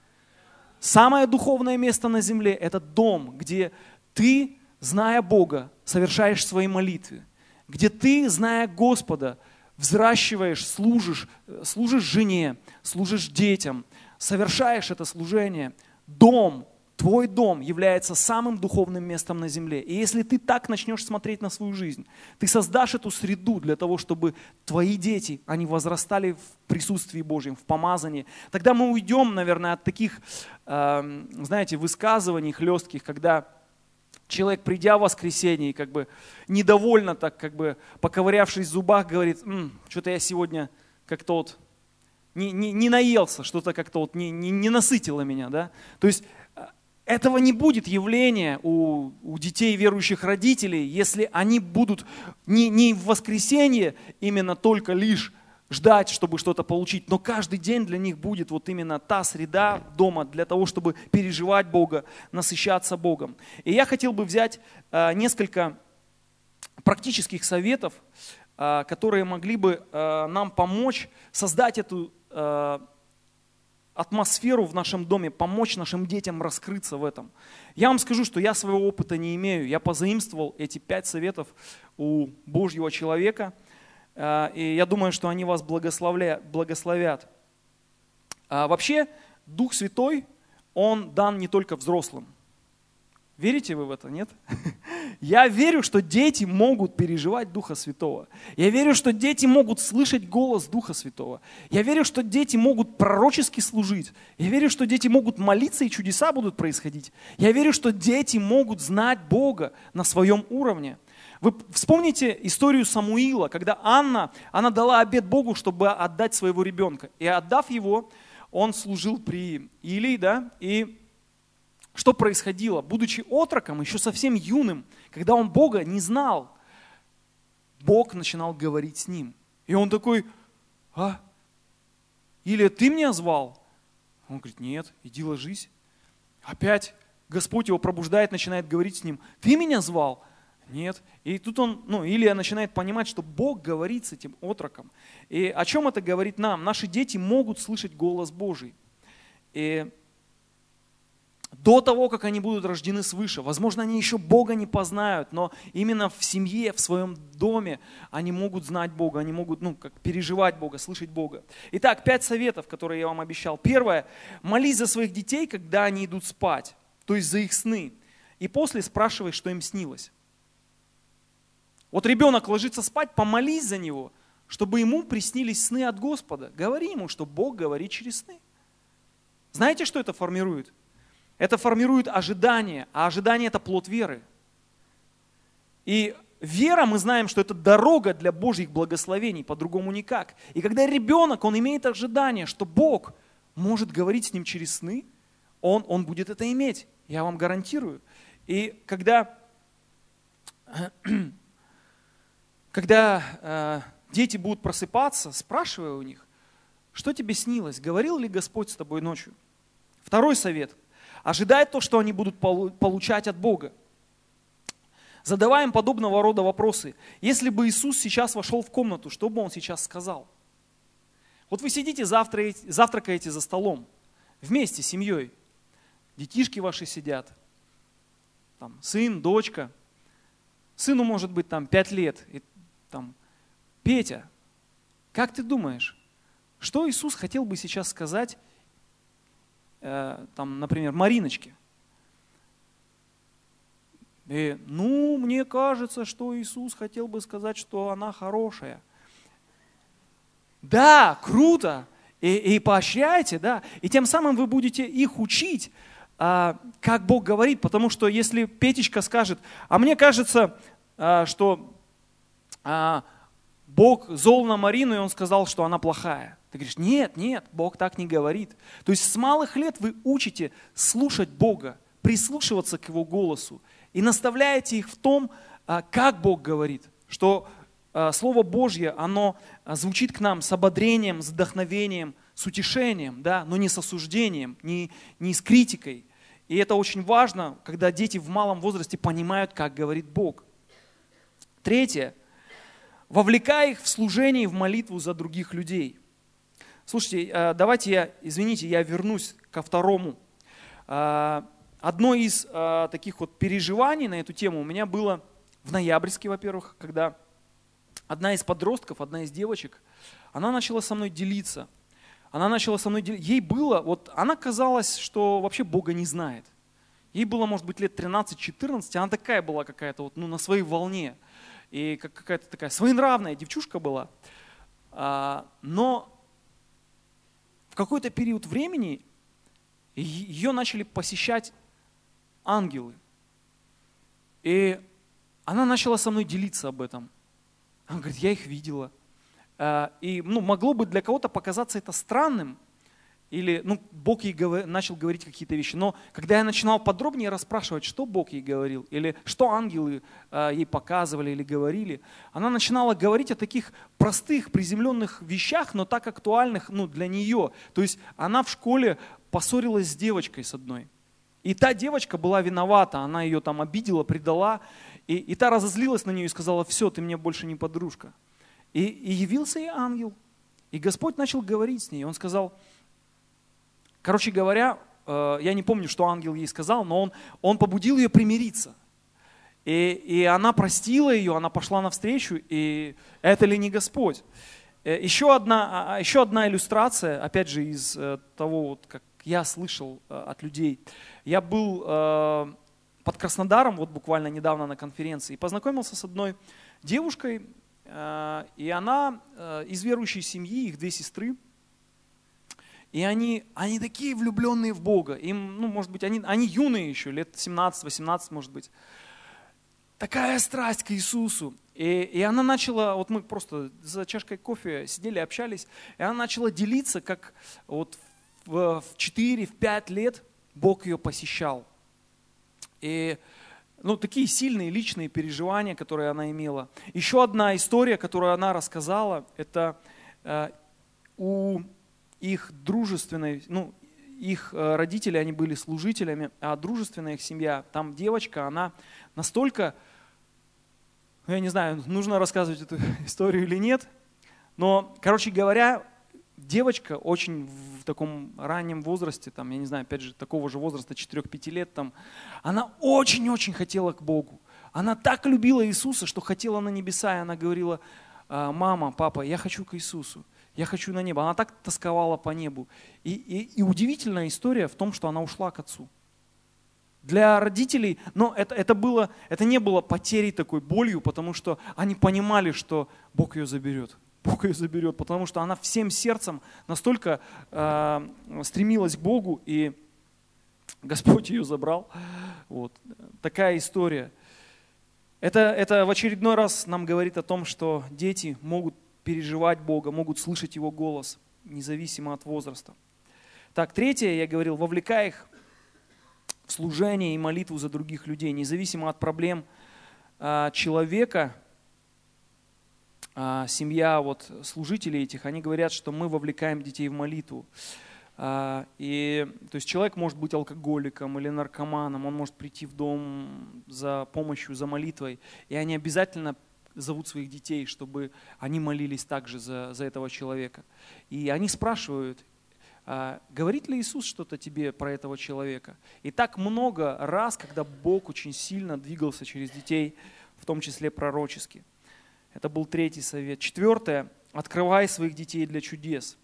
Самое духовное место на земле – это дом, где ты, зная Бога, совершаешь свои молитвы, где ты, зная Господа, взращиваешь, служишь, служишь жене, служишь детям, совершаешь это служение. Дом, твой дом является самым духовным местом на земле. И если ты так начнешь смотреть на свою жизнь, ты создашь эту среду для того, чтобы твои дети, они возрастали в присутствии Божьем, в помазании, тогда мы уйдем, наверное, от таких, э, знаете, высказываний хлестких, когда человек, придя в воскресенье, как бы недовольно так, как бы поковырявшись в зубах, говорит, М, что-то я сегодня как-то вот не, не, не наелся, что-то как-то вот не, не, не насытило меня, да? То есть этого не будет явления у, у детей верующих родителей, если они будут не, не в воскресенье именно только лишь ждать, чтобы что-то получить, но каждый день для них будет вот именно та среда дома для того, чтобы переживать Бога, насыщаться Богом. И я хотел бы взять э, несколько практических советов, э, которые могли бы э, нам помочь создать эту э, атмосферу в нашем доме, помочь нашим детям раскрыться в этом. Я вам скажу, что я своего опыта не имею. Я позаимствовал эти пять советов у Божьего человека, и я думаю, что они вас благословят. Вообще, Дух Святой, Он дан не только взрослым. Верите вы в это, нет? Я верю, что дети могут переживать Духа Святого. Я верю, что дети могут слышать голос Духа Святого. Я верю, что дети могут пророчески служить. Я верю, что дети могут молиться и чудеса будут происходить. Я верю, что дети могут знать Бога на своем уровне. Вы вспомните историю Самуила, когда Анна, она дала обет Богу, чтобы отдать своего ребенка. И отдав его, он служил при Илии, да, и что происходило? Будучи отроком, еще совсем юным, когда он Бога не знал, Бог начинал говорить с ним. И он такой: а, Илия, ты меня звал? Он говорит: нет, иди ложись. Опять Господь его пробуждает, начинает говорить с ним: ты меня звал? Нет. И тут он, ну, Илия начинает понимать, что Бог говорит с этим отроком. И о чем это говорит нам? Наши дети могут слышать голос Божий. И до того, как они будут рождены свыше, возможно, они еще Бога не познают, но именно в семье, в своем доме они могут знать Бога, они могут, ну, как переживать Бога, слышать Бога. Итак, пять советов, которые я вам обещал. Первое. Молись за своих детей, когда они идут спать, то есть за их сны. И после спрашивай, что им снилось. Вот ребенок ложится спать, помолись за него, чтобы ему приснились сны от Господа. Говори ему, что Бог говорит через сны. Знаете, что это формирует? Это формирует ожидание, а ожидание – это плод веры. И вера, мы знаем, что это дорога для Божьих благословений, по-другому никак. И когда ребенок, он имеет ожидание, что Бог может говорить с ним через сны, он, он будет это иметь, я вам гарантирую. И когда, когда э, дети будут просыпаться, спрашивай у них, что тебе снилось, говорил ли Господь с тобой ночью? Второй совет – ожидай то, что они будут получать от Бога. Задавай им подобного рода вопросы. Если бы Иисус сейчас вошел в комнату, что бы Он сейчас сказал? Вот вы сидите, завтракаете за столом, вместе с семьей. Детишки ваши сидят, там, сын, дочка. Сыну может быть там пять лет. И, там, Петя, как ты думаешь, что Иисус хотел бы сейчас сказать, там, например, Мариночке? И, ну, мне кажется, что Иисус хотел бы сказать, что она хорошая. Да, круто, и, и поощряйте, да, и тем самым вы будете их учить, а, как Бог говорит, потому что если Петечка скажет, а мне кажется, а, что а, Бог зол на Марину, и Он сказал, что она плохая. Ты говоришь: нет, нет, Бог так не говорит. То есть с малых лет вы учите слушать Бога, прислушиваться к Его голосу и наставляете их в том, как Бог говорит, что Слово Божье, оно звучит к нам с ободрением, с вдохновением, с утешением, да, но не с осуждением, не, не с критикой. И это очень важно, когда дети в малом возрасте понимают, как говорит Бог. Третье. Вовлекай их в служение и в молитву за других людей. Слушайте, давайте я, извините, я вернусь ко второму. Одно из таких вот переживаний на эту тему у меня было в ноябрьске, во-первых, когда одна из подростков, одна из девочек, она начала со мной делиться. Она начала со мной делиться. Ей было, вот она казалась, что вообще Бога не знает. Ей было, может быть, лет тринадцать-четырнадцать, она такая была какая-то вот, ну, на своей волне. И какая-то такая своенравная девчушка была. Но в какой-то период времени ее начали посещать ангелы. И она начала со мной делиться об этом. Она говорит: я их видела. И ну, могло бы для кого-то показаться это странным, или ну, Бог ей говор... начал говорить какие-то вещи. Но когда я начинал подробнее расспрашивать, что Бог ей говорил, или что ангелы э, ей показывали или говорили, она начинала говорить о таких простых, приземленных вещах, но так актуальных ну, для нее. То есть она в школе поссорилась с девочкой с одной. И та девочка была виновата, она ее там обидела, предала. И, и та разозлилась на нее и сказала: все, ты мне больше не подружка. И, и явился ей ангел. И Господь начал говорить с ней. Он сказал... Короче говоря, я не помню, что ангел ей сказал, но он, он побудил ее примириться. И, и она простила ее, она пошла навстречу, и это ли не Господь? Еще одна, еще одна иллюстрация, опять же, из того, вот, как я слышал от людей. Я был под Краснодаром, вот буквально недавно на конференции, и познакомился с одной девушкой, и она из верующей семьи, их две сестры. И они, они такие влюбленные в Бога. Им, ну, может быть, они, они юные еще, лет семнадцать-восемнадцать, может быть. Такая страсть к Иисусу. И, и она начала, вот мы просто за чашкой кофе сидели, общались, и она начала делиться, как вот в четыре-пять лет Бог ее посещал. И ну, такие сильные личные переживания, которые она имела. Еще одна история, которую она рассказала, это э, у их дружественной, ну, их родители, они были служителями, а дружественная их семья, там девочка, она настолько, ну, я не знаю, нужно рассказывать эту историю или нет, но, короче говоря, девочка очень в таком раннем возрасте, там, я не знаю, опять же, такого же возраста, четыре-пять лет, там, она очень-очень хотела к Богу. Она так любила Иисуса, что хотела на небеса, и она говорила: мама, папа, я хочу к Иисусу. Я хочу на небо. Она так тосковала по небу. И, и, и удивительная история в том, что она ушла к отцу. Для родителей, но это, это, было, это не было потерей такой, болью, потому что они понимали, что Бог ее заберет. Бог ее заберет, потому что она всем сердцем настолько э, стремилась к Богу, и Господь ее забрал. Вот. Такая история. Это, это в очередной раз нам говорит о том, что дети могут переживать Бога, могут слышать Его голос, независимо от возраста. Так, третье, я говорил, вовлекай их в служение и молитву за других людей, независимо от проблем а, человека, а, семья вот, служителей этих, они говорят, что мы вовлекаем детей в молитву. А, и, то есть человек может быть алкоголиком или наркоманом, он может прийти в дом за помощью, за молитвой, и они обязательно зовут своих детей, чтобы они молились также за, за этого человека. И они спрашивают, а, говорит ли Иисус что-то тебе про этого человека? И так много раз, когда Бог очень сильно двигался через детей, в том числе пророчески. Это был третий совет. Четвертое. Открывай своих детей для чудес.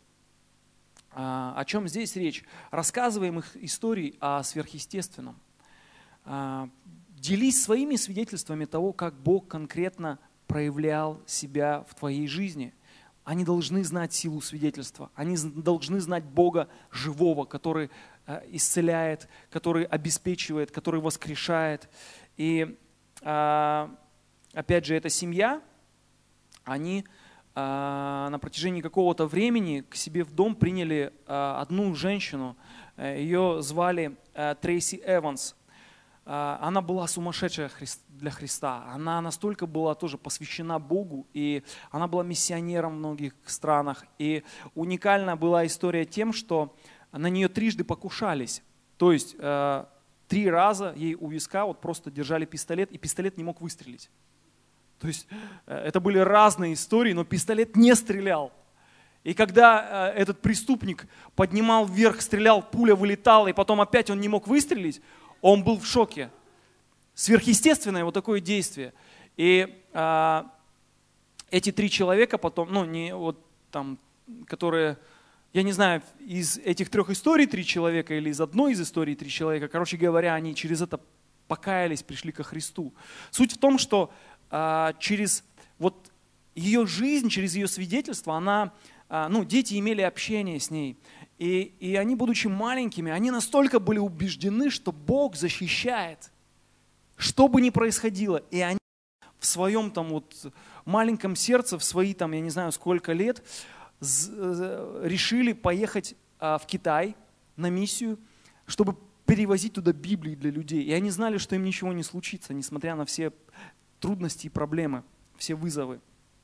А, о чем здесь речь? Рассказываем их истории о сверхъестественном. А, делись своими свидетельствами того, как Бог конкретно проявлял себя в твоей жизни. Они должны знать силу свидетельства. Они должны знать Бога живого, который исцеляет, который обеспечивает, который воскрешает. И опять же, эта семья, они на протяжении какого-то времени к себе в дом приняли одну женщину. Ее звали Трейси Эванс. Она была сумасшедшая для Христа. Она настолько была тоже посвящена Богу, и она была миссионером в многих странах. И уникальна была история тем, что на нее трижды покушались. То есть э, три раза ей у виска вот просто держали пистолет, и пистолет не мог выстрелить. То есть э, это были разные истории, но пистолет не стрелял. И когда э, этот преступник поднимал вверх, стрелял, пуля вылетала, и потом опять он не мог выстрелить, он был в шоке. Сверхъестественное вот такое действие. И а, эти три человека потом, ну, не вот там, которые, я не знаю, из этих трех историй три человека или из одной из историй три человека, короче говоря, они через это покаялись, пришли ко Христу. Суть в том, что а, через вот ее жизнь, через ее свидетельство, она, а, ну, дети имели общение с ней. И, и они, будучи маленькими, они настолько были убеждены, что Бог защищает, что бы ни происходило. И они в своем там вот маленьком сердце, в свои там, я не знаю сколько лет, решили поехать в Китай на миссию, чтобы перевозить туда Библии для людей. И они знали, что им ничего не случится, несмотря на все трудности и проблемы, все вызовы.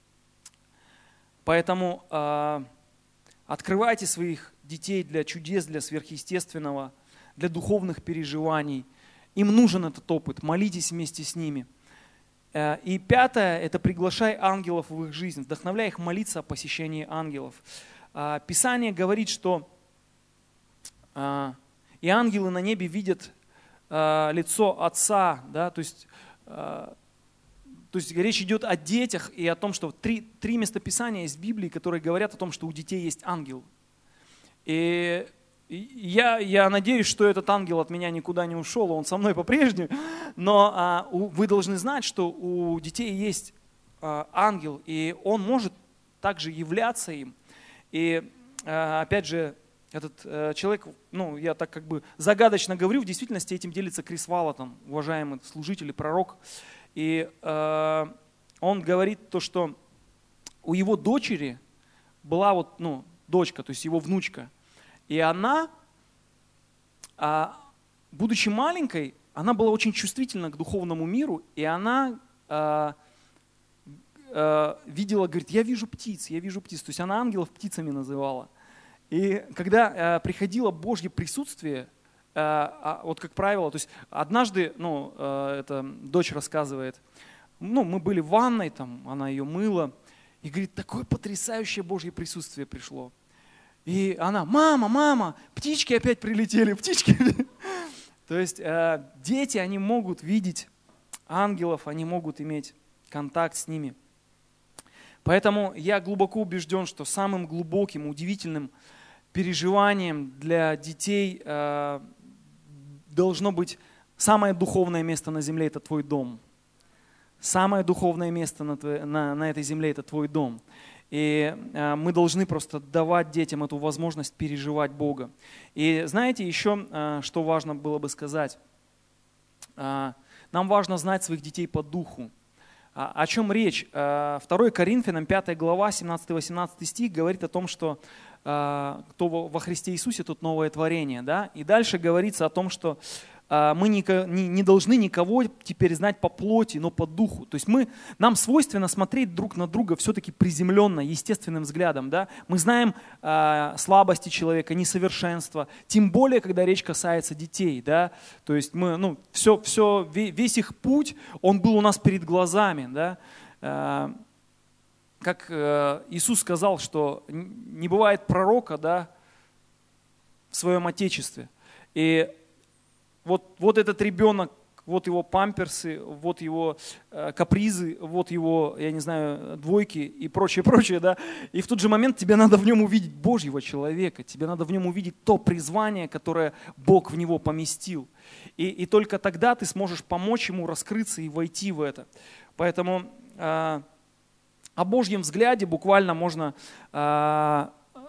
Поэтому э, открывайте своих детей для чудес, для сверхъестественного, для духовных переживаний. Им нужен этот опыт, молитесь вместе с ними. И пятое – это приглашай ангелов в их жизнь, вдохновляй их молиться о посещении ангелов. Писание говорит, что и ангелы на небе видят лицо Отца, да, то есть, то есть речь идет о детях и о том, что три, три местописания есть в Библии, которые говорят о том, что у детей есть ангел. И я, я надеюсь, что этот ангел от меня никуда не ушел, он со мной по-прежнему, но а, у, вы должны знать, что у детей есть а, ангел, и он может также являться им. И а, опять же, этот а, человек, ну, я так как бы загадочно говорю, в действительности этим делится Крис Валлотон, уважаемый служитель и пророк. И а, он говорит то, что у его дочери была вот, ну, дочка, то есть его внучка. И она, будучи маленькой, она была очень чувствительна к духовному миру, и она а, а, видела, говорит, я вижу птиц, я вижу птиц. То есть она ангелов птицами называла. И когда а, приходило Божье присутствие, а, а, вот как правило, то есть однажды, ну, а, эта дочь рассказывает, ну, мы были в ванной, там, она ее мыла, и говорит, такое потрясающее Божье присутствие пришло. И она, мама, мама, птички опять прилетели, птички. То есть э, дети, они могут видеть ангелов, они могут иметь контакт с ними. Поэтому я глубоко убежден, что самым глубоким, удивительным переживанием для детей э, должно быть самое духовное место на земле – это твой дом. Самое духовное место на, твой, на, на этой земле – это твой дом. И э, мы должны просто давать детям эту возможность переживать Бога. И знаете, еще э, что важно было бы сказать? Э, нам важно знать своих детей по духу. А, о чем речь? Э, второе Коринфянам, пятая глава, семнадцатый-восемнадцатый стих говорит о том, что э, кто во Христе Иисусе, тот новое творение. Да? И дальше говорится о том, что мы не, не, не должны никого теперь знать по плоти, но по духу. То есть мы, нам свойственно смотреть друг на друга все-таки приземленно, естественным взглядом. Да? Мы знаем э, слабости человека, несовершенства, тем более, когда речь касается детей. Да? То есть мы, ну, все, все, весь их путь, он был у нас перед глазами. Да? Э, как э, Иисус сказал, что не бывает пророка, да, в своем Отечестве. И Вот, вот этот ребенок, вот его памперсы, вот его э, капризы, вот его, я не знаю, двойки и прочее, прочее, да. И в тот же момент тебе надо в нем увидеть Божьего человека, тебе надо в нем увидеть то призвание, которое Бог в него поместил. И, и только тогда ты сможешь помочь ему раскрыться и войти в это. Поэтому э, о Божьем взгляде буквально можно э,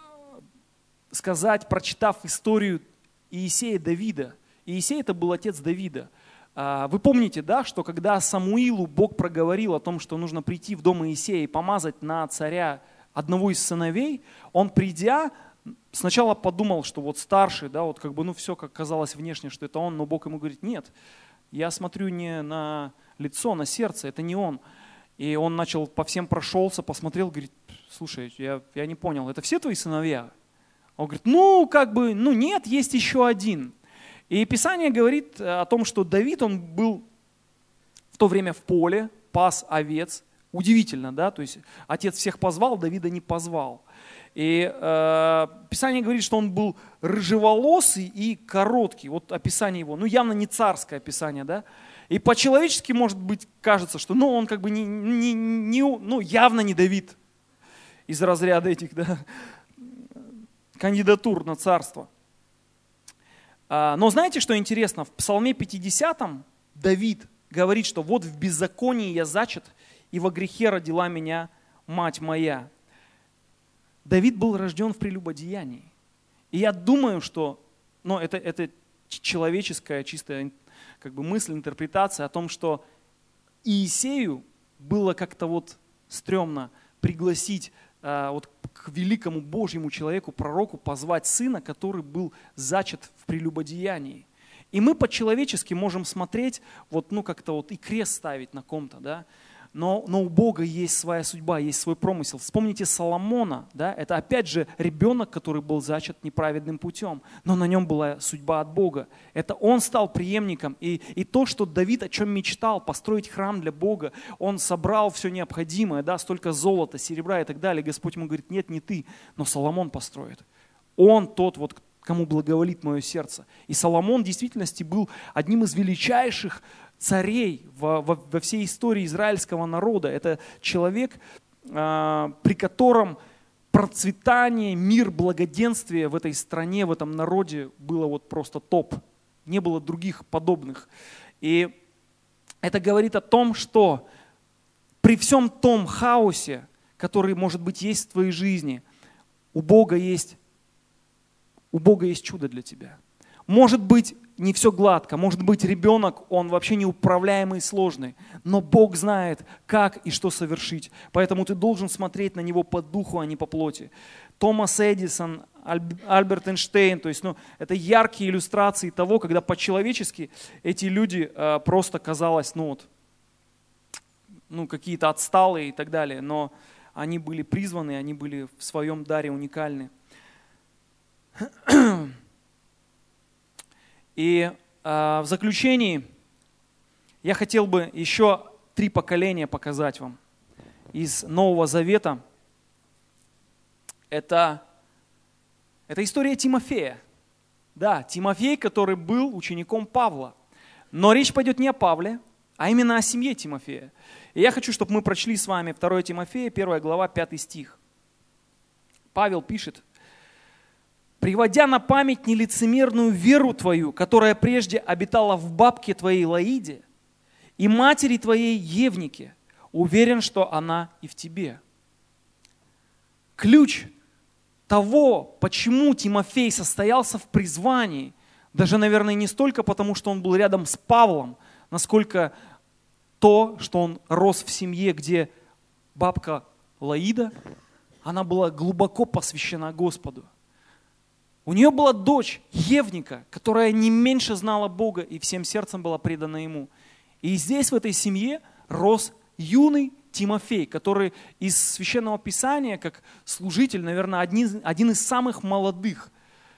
сказать, прочитав историю Иисея Давида. Иисей – это был отец Давида. Вы помните, да, что когда Самуилу Бог проговорил о том, что нужно прийти в дом Иисея и помазать на царя одного из сыновей, он, придя, сначала подумал, что вот старший, да, вот как бы, ну все как казалось внешне, что это он, но Бог ему говорит, нет, я смотрю не на лицо, на сердце, это не он. И он начал, по всем прошелся, посмотрел, говорит, слушай, я, я не понял, это все твои сыновья? Он говорит, ну как бы, ну нет, есть еще один. И Писание говорит о том, что Давид, он был в то время в поле, пас овец. Удивительно, да? То есть отец всех позвал, Давида не позвал. И э, Писание говорит, что он был рыжеволосый и короткий. Вот описание его, ну явно не царское описание, да? И по-человечески, может быть, кажется, что ну, он как бы не, не, не, ну, явно не Давид из разряда этих, да, кандидатур на царство. Но знаете, что интересно? В Псалме пятидесятом Давид говорит, что вот в беззаконии я зачат, и во грехе родила меня мать моя. Давид был рожден в прелюбодеянии. И я думаю, что ну, это, это человеческая чистая как бы мысль, интерпретация о том, что Иисею было как-то вот стрёмно пригласить вот к великому Божьему человеку, пророку, позвать сына, который был зачат в прелюбодеянии. И мы по-человечески можем смотреть, вот, ну как-то вот и крест ставить на ком-то, да? Но, но у Бога есть своя судьба, есть свой промысел. Вспомните Соломона, да? Это опять же ребенок, который был зачат неправедным путем, но на нем была судьба от Бога. Это он стал преемником. И, и то, что Давид о чем мечтал, построить храм для Бога, он собрал все необходимое, да? Столько золота, серебра и так далее. Господь ему говорит, нет, не ты, но Соломон построит. Он тот, вот, кому благоволит мое сердце. И Соломон в действительности был одним из величайших царей во, во, во всей истории израильского народа. Это человек, э, при котором процветание, мир, благоденствие в этой стране, в этом народе было вот просто топ. Не было других подобных. И это говорит о том, что при всем том хаосе, который, может быть, есть в твоей жизни, у Бога есть, у Бога есть чудо для тебя. Может быть, не все гладко, может быть, ребенок, он вообще неуправляемый и сложный, но Бог знает, как и что совершить. Поэтому ты должен смотреть на него по духу, а не по плоти. Томас Эдисон, Альберт Эйнштейн, то есть, ну, это яркие иллюстрации того, когда по-человечески эти люди э, просто казалось, ну вот, ну, какие-то отсталые и так далее, но они были призваны, они были в своем даре уникальны. И э, в заключении я хотел бы еще три поколения показать вам из Нового Завета. Это, это история Тимофея. Да, Тимофей, который был учеником Павла. Но речь пойдет не о Павле, а именно о семье Тимофея. И я хочу, чтобы мы прочли с вами второе Тимофея, первая глава, пятый стих. Павел пишет: «Приводя на память нелицемерную веру твою, которая прежде обитала в бабке твоей Лоиде и матери твоей Евнике, уверен, что она и в тебе». Ключ того, почему Тимофей состоялся в призвании, даже, наверное, не столько потому, что он был рядом с Павлом, насколько то, что он рос в семье, где бабка Лоида, она была глубоко посвящена Господу. У нее была дочь Евника, которая не меньше знала Бога и всем сердцем была предана Ему. И здесь, в этой семье, рос юный Тимофей, который из Священного Писания, как служитель, наверное, один, один из самых молодых.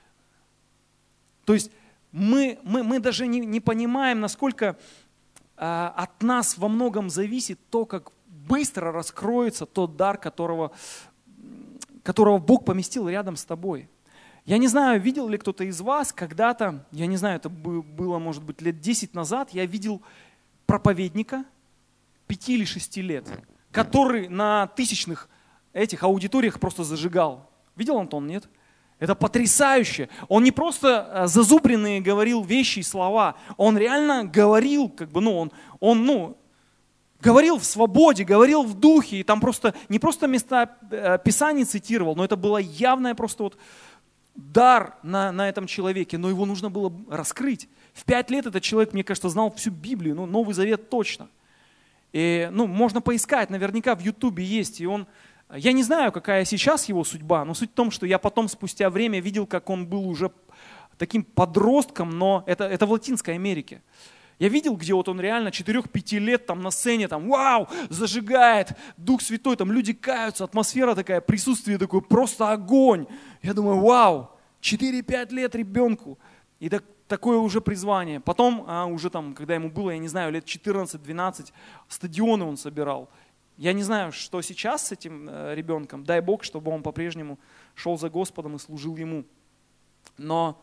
То есть мы, мы, мы даже не, не понимаем, насколько а, от нас во многом зависит то, как быстро раскроется тот дар, которого, которого Бог поместил рядом с тобой. Я не знаю, видел ли кто-то из вас когда-то, я не знаю, это было, может быть, лет десять назад, я видел проповедника пяти или шести лет, который на тысячных этих аудиториях просто зажигал. Видел, Антон, нет? Это потрясающе. Он не просто зазубренные говорил вещи и слова, он реально говорил, как бы, ну, он, он, ну, говорил в свободе, говорил в духе, и там просто, не просто места Писаний цитировал, но это было явное просто вот дар на, на этом человеке, но его нужно было раскрыть. В пять лет этот человек, мне кажется, знал всю Библию, ну, Новый Завет точно. И, ну, можно поискать, наверняка в Ютубе есть. И он, я не знаю, какая сейчас его судьба, но суть в том, что я потом спустя время видел, как он был уже таким подростком, но это, это в Латинской Америке. Я видел, где вот он реально четыре-пять лет там на сцене, там, вау, зажигает, Дух Святой, там люди каются, атмосфера такая, присутствие такое, просто огонь. Я думаю, вау, четыре-пять лет ребенку, и так, такое уже призвание. Потом, а, уже там, когда ему было, я не знаю, лет четырнадцать-двенадцать, стадионы он собирал. Я не знаю, что сейчас с этим э, ребенком, дай Бог, чтобы он по-прежнему шел за Господом и служил Ему. Но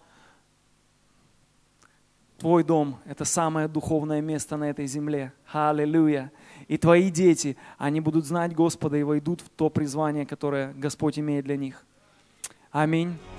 твой дом – это самое духовное место на этой земле. Аллилуйя. И твои дети, они будут знать Господа и войдут в то призвание, которое Господь имеет для них. Аминь.